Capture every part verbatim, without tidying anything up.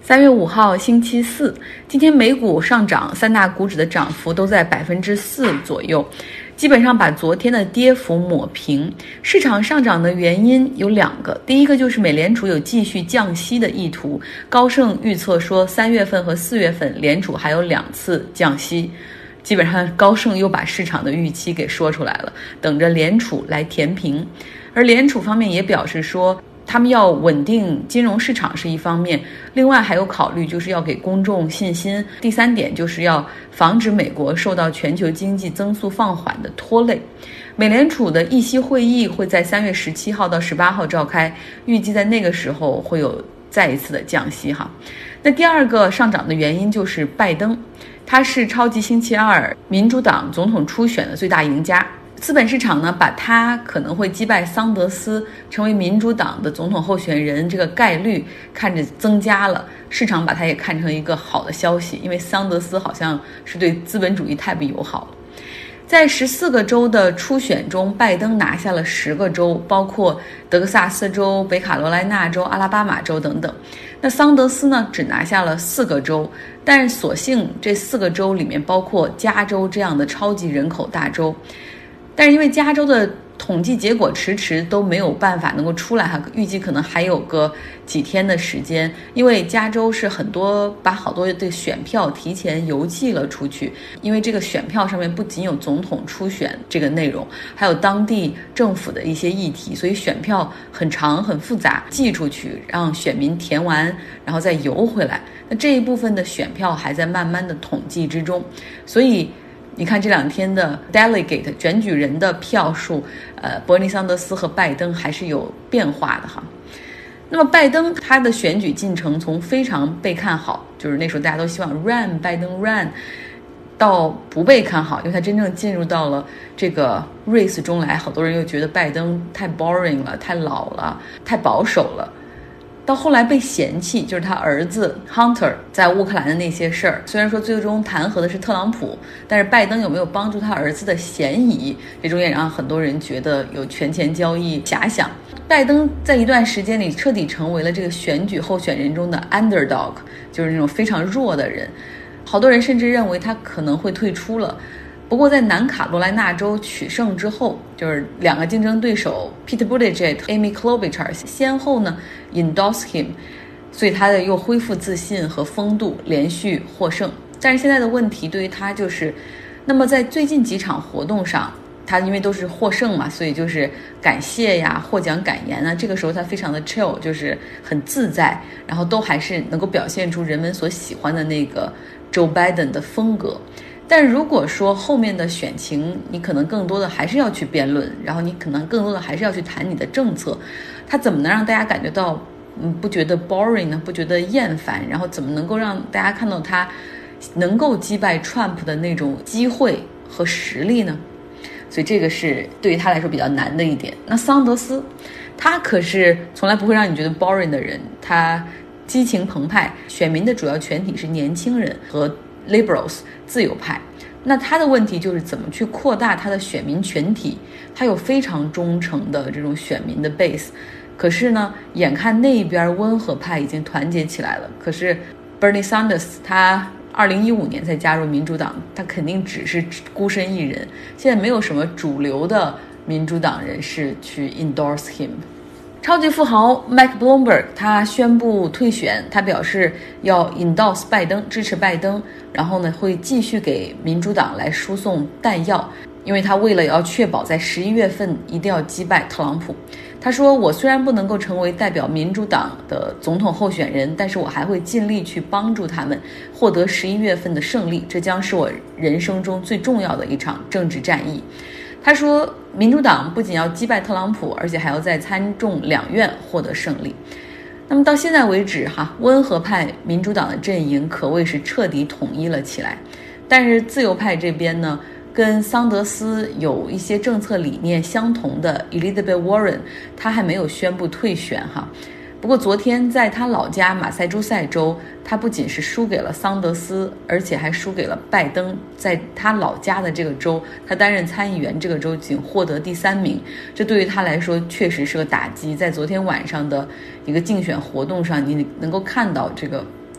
三月五号星期四，今天美股上涨，三大股指的涨幅都在百分之四左右，基本上把昨天的跌幅抹平。市场上涨的原因有两个，第一个就是美联储有继续降息的意图，高盛预测说三月份和四月份联储还有两次降息，基本上高盛又把市场的预期给说出来了，等着联储来填平。而联储方面也表示说，他们要稳定金融市场是一方面，另外还有考虑就是要给公众信心，第三点就是要防止美国受到全球经济增速放缓的拖累。美联储的议息会议会在三月十七号到十八号召开，预计在那个时候会有再一次的降息哈。那第二个上涨的原因就是拜登，他是超级星期二民主党总统初选的最大赢家。资本市场呢，把他可能会击败桑德斯成为民主党的总统候选人这个概率看着增加了，市场把它也看成一个好的消息，因为桑德斯好像是对资本主义太不友好了。在十四个州的初选中，拜登拿下了十个州，包括德克萨斯州、北卡罗来纳州、阿拉巴马州等等。那桑德斯呢，只拿下了四个州，但是所幸这四个州里面包括加州这样的超级人口大州。但是因为加州的统计结果迟迟都没有办法能够出来哈，预计可能还有个几天的时间，因为加州是很多把好多的选票提前邮寄了出去，因为这个选票上面不仅有总统初选这个内容，还有当地政府的一些议题，所以选票很长很复杂，寄出去让选民填完然后再邮回来，那这一部分的选票还在慢慢的统计之中，所以你看这两天的 delegate 选举人的票数，呃，伯尼桑德斯和拜登还是有变化的哈。那么拜登他的选举进程从非常被看好，就是那时候大家都希望 run 拜登 run， 到不被看好，因为他真正进入到了这个 race 中来，好多人又觉得拜登太 boring 了，太老了，太保守了。到后来被嫌弃，就是他儿子 Hunter 在乌克兰的那些事儿，虽然说最终弹劾的是特朗普，但是拜登有没有帮助他儿子的嫌疑，这中也让很多人觉得有权钱交易遐想。拜登在一段时间里彻底成为了这个选举候选人中的 underdog， 就是那种非常弱的人，好多人甚至认为他可能会退出了。不过在南卡罗来纳州取胜之后，就是两个竞争对手 Pete Buttigieg、Amy Klobuchar 先后呢 endorse him， 所以他的又恢复自信和风度，连续获胜。但是现在的问题对于他就是，那么在最近几场活动上，他因为都是获胜嘛，所以就是感谢呀、获奖感言啊，这个时候他非常的 chill， 就是很自在，然后都还是能够表现出人们所喜欢的那个 Joe Biden 的风格。但如果说后面的选情你可能更多的还是要去辩论，然后你可能更多的还是要去谈你的政策，他怎么能让大家感觉到嗯不觉得 boring 呢，不觉得厌烦，然后怎么能够让大家看到他能够击败 Trump 的那种机会和实力呢？所以这个是对于他来说比较难的一点。那桑德斯他可是从来不会让你觉得 boring 的人，他激情澎湃，选民的主要群体是年轻人和 liberals 自由派，那他的问题就是怎么去扩大他的选民群体，他有非常忠诚的这种选民的 base， 可是呢眼看那边温和派已经团结起来了，可是 Bernie Sanders 他二零一五年才加入民主党，他肯定只是孤身一人，现在没有什么主流的民主党人士去 endorse him。超级富豪 Mike Bloomberg 他宣布退选，他表示要 endorse 拜登，支持拜登，然后呢会继续给民主党来输送弹药，因为他为了要确保在十一月份一定要击败特朗普。他说，我虽然不能够成为代表民主党的总统候选人，但是我还会尽力去帮助他们获得十一月份的胜利，这将是我人生中最重要的一场政治战役。他说，民主党不仅要击败特朗普，而且还要在参众两院获得胜利。那么到现在为止哈，温和派民主党的阵营可谓是彻底统一了起来，但是自由派这边呢，跟桑德斯有一些政策理念相同的 Elizabeth Warren， 他还没有宣布退选哈。不过昨天在他老家马萨诸塞州，他不仅是输给了桑德斯，而且还输给了拜登。在他老家的这个州，他担任参议员，这个州仅获得第三名，这对于他来说确实是个打击。在昨天晚上的一个竞选活动上，你能够看到这个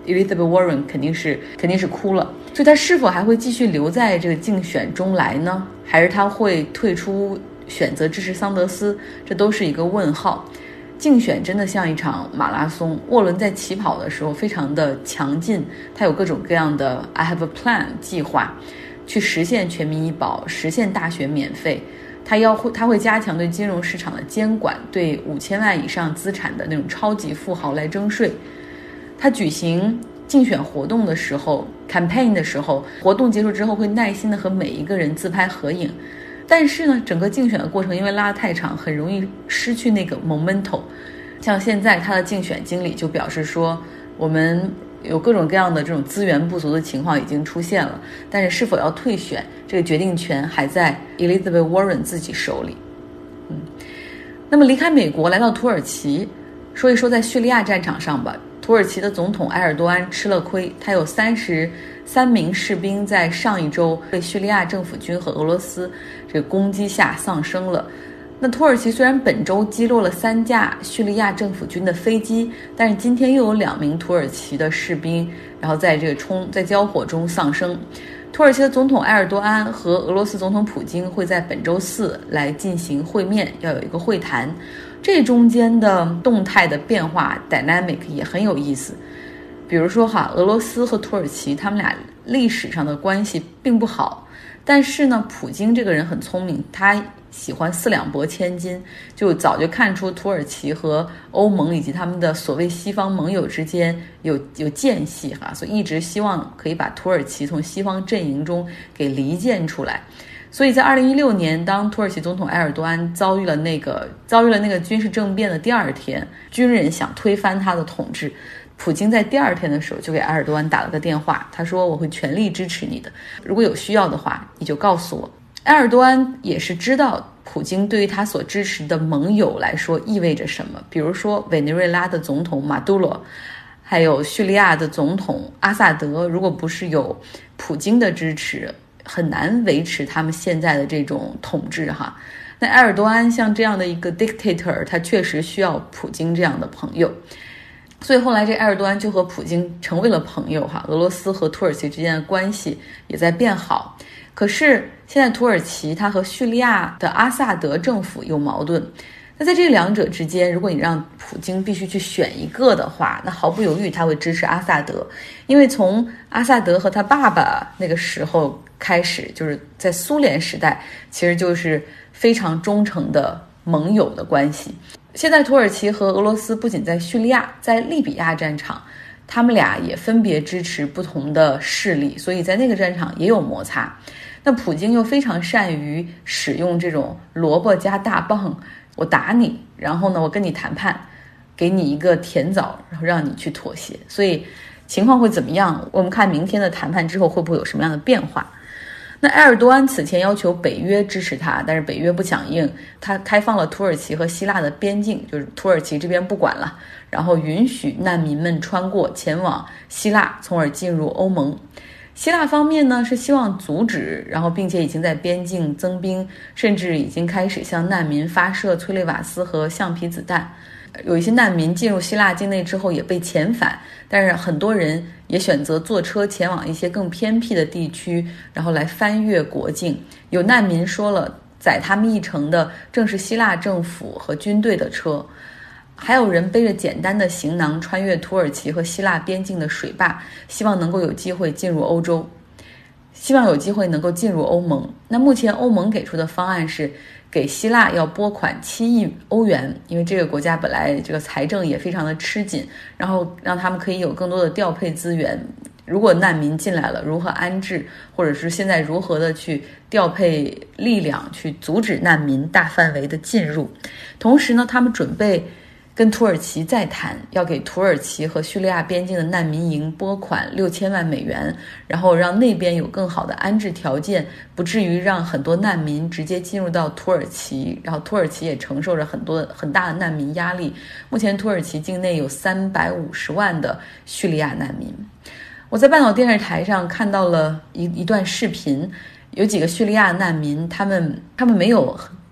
Elizabeth Warren 肯定是肯定是哭了。所以他是否还会继续留在这个竞选中来呢？还是他会退出，选择支持桑德斯？这都是一个问号。竞选真的像一场马拉松，沃伦在起跑的时候非常的强劲，他有各种各样的 I have a plan 计划，去实现全民医保，实现大学免费。他要会他会加强对金融市场的监管，对五千万以上资产的那种超级富豪来征税。他举行竞选活动的时候 campaign 的时候，活动结束之后会耐心的和每一个人自拍合影。但是呢，整个竞选的过程因为拉得太长，很容易失去那个 momentum。像现在他的竞选经理就表示说，我们有各种各样的这种资源不足的情况已经出现了，但是是否要退选，这个决定权还在 Elizabeth Warren 自己手里。嗯，那么离开美国来到土耳其，说一说在叙利亚战场上吧。土耳其的总统埃尔多安吃了亏，他有三十三名士兵在上一周被叙利亚政府军和俄罗斯这个攻击下丧生了。那土耳其虽然本周击落了三架叙利亚政府军的飞机，但是今天又有两名土耳其的士兵，然后在这个冲在交火中丧生。土耳其的总统埃尔多安和俄罗斯总统普京会在本周四来进行会面，要有一个会谈。这中间的动态的变化 dynamic 也很有意思。比如说哈，俄罗斯和土耳其他们俩历史上的关系并不好，但是呢，普京这个人很聪明，他喜欢四两拨千斤，就早就看出土耳其和欧盟以及他们的所谓西方盟友之间有有间隙哈，所以一直希望可以把土耳其从西方阵营中给离间出来。所以在二零一六年，当土耳其总统埃尔多安遭遇了那个遭遇了那个军事政变的第二天，军人想推翻他的统治，普京在第二天的时候就给埃尔多安打了个电话，他说我会全力支持你的，如果有需要的话你就告诉我。埃尔多安也是知道普京对于他所支持的盟友来说意味着什么，比如说委内瑞拉的总统马杜罗，还有叙利亚的总统阿萨德，如果不是有普京的支持，很难维持他们现在的这种统治哈。那埃尔多安像这样的一个 dictator， 他确实需要普京这样的朋友，所以后来这埃尔多安就和普京成为了朋友哈。俄罗斯和土耳其之间的关系也在变好。可是现在土耳其它和叙利亚的阿萨德政府有矛盾，那在这两者之间，如果你让普京必须去选一个的话，那毫不犹豫他会支持阿萨德，因为从阿萨德和他爸爸那个时候开始，就是在苏联时代，其实就是非常忠诚的盟友的关系。现在土耳其和俄罗斯不仅在叙利亚，在利比亚战场，他们俩也分别支持不同的势力，所以在那个战场也有摩擦。那普京又非常善于使用这种萝卜加大棒，我打你，然后呢，我跟你谈判，给你一个甜枣，然后让你去妥协。所以情况会怎么样？我们看明天的谈判之后会不会有什么样的变化。那埃尔多安此前要求北约支持他，但是北约不响应，他开放了土耳其和希腊的边境，就是土耳其这边不管了，然后允许难民们穿过前往希腊，从而进入欧盟。希腊方面呢是希望阻止，然后并且已经在边境增兵，甚至已经开始向难民发射催泪瓦斯和橡皮子弹。有一些难民进入希腊境内之后也被遣返，但是很多人也选择坐车前往一些更偏僻的地区，然后来翻越国境。有难民说了，载他们一程的正是希腊政府和军队的车。还有人背着简单的行囊穿越土耳其和希腊边境的水坝，希望能够有机会进入欧洲，希望有机会能够进入欧盟。那目前欧盟给出的方案是给希腊要拨款七亿欧元，因为这个国家本来这个财政也非常的吃紧，然后让他们可以有更多的调配资源。如果难民进来了，如何安置，或者是现在如何的去调配力量去阻止难民大范围的进入。同时呢，他们准备跟土耳其再谈，要给土耳其和叙利亚边境的难民营拨款六千万美元，然后让那边有更好的安置条件，不至于让很多难民直接进入到土耳其，然后土耳其也承受着很多很大的难民压力。目前土耳其境内有三百五十万的叙利亚难民。我在半岛电视台上看到了一一段视频，有几个叙利亚难民，他们他们没有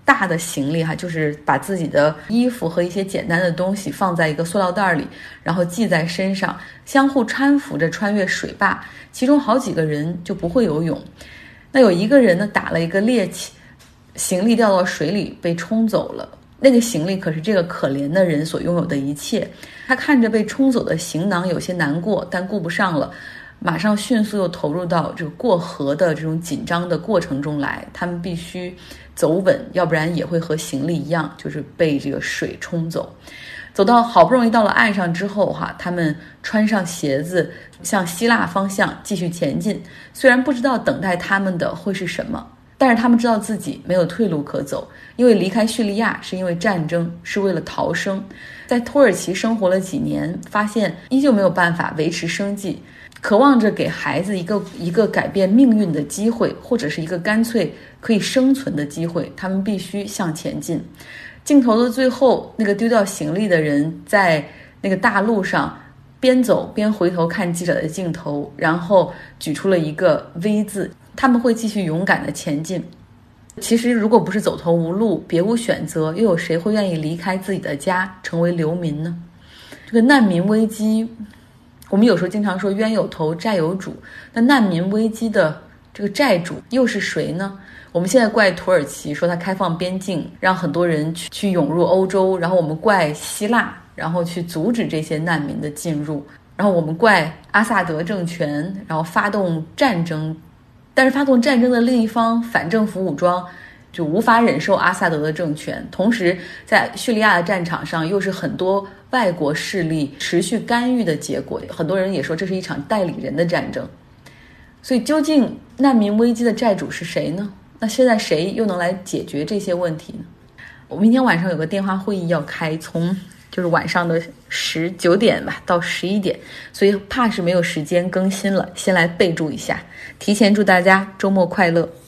大的行李哈，就是把自己的衣服和一些简单的东西放在一个塑料袋里，然后系在身上，相互搀扶着穿越水坝。其中好几个人就不会游泳，那有一个人呢打了一个趔趄，行李掉到水里被冲走了。那个行李可是这个可怜的人所拥有的一切。他看着被冲走的行囊有些难过，但顾不上了，马上迅速又投入到这个过河的这种紧张的过程中来。他们必须走稳，要不然也会和行李一样，就是被这个水冲走。走到好不容易到了岸上之后哈，他们穿上鞋子向希腊方向继续前进。虽然不知道等待他们的会是什么，但是他们知道自己没有退路可走，因为离开叙利亚是因为战争，是为了逃生。在土耳其生活了几年，发现依旧没有办法维持生计，渴望着给孩子一个一个改变命运的机会，或者是一个干脆可以生存的机会，他们必须向前进。镜头的最后，那个丢掉行李的人在那个大路上边走边回头看记者的镜头，然后举出了一个 V 字。他们会继续勇敢地前进。其实如果不是走投无路，别无选择，又有谁会愿意离开自己的家成为流民呢？这个难民危机，我们有时候经常说冤有头债有主，那难民危机的这个债主又是谁呢？我们现在怪土耳其说它开放边境，让很多人去去涌入欧洲，然后我们怪希腊，然后去阻止这些难民的进入，然后我们怪阿萨德政权，然后发动战争。但是发动战争的另一方反政府武装就无法忍受阿萨德的政权，同时在叙利亚的战场上又是很多外国势力持续干预的结果，很多人也说这是一场代理人的战争。所以究竟难民危机的债主是谁呢？那现在谁又能来解决这些问题呢？我明天晚上有个电话会议要开，从就是晚上的十九点吧到十一点，所以怕是没有时间更新了，先来备注一下。提前祝大家周末快乐。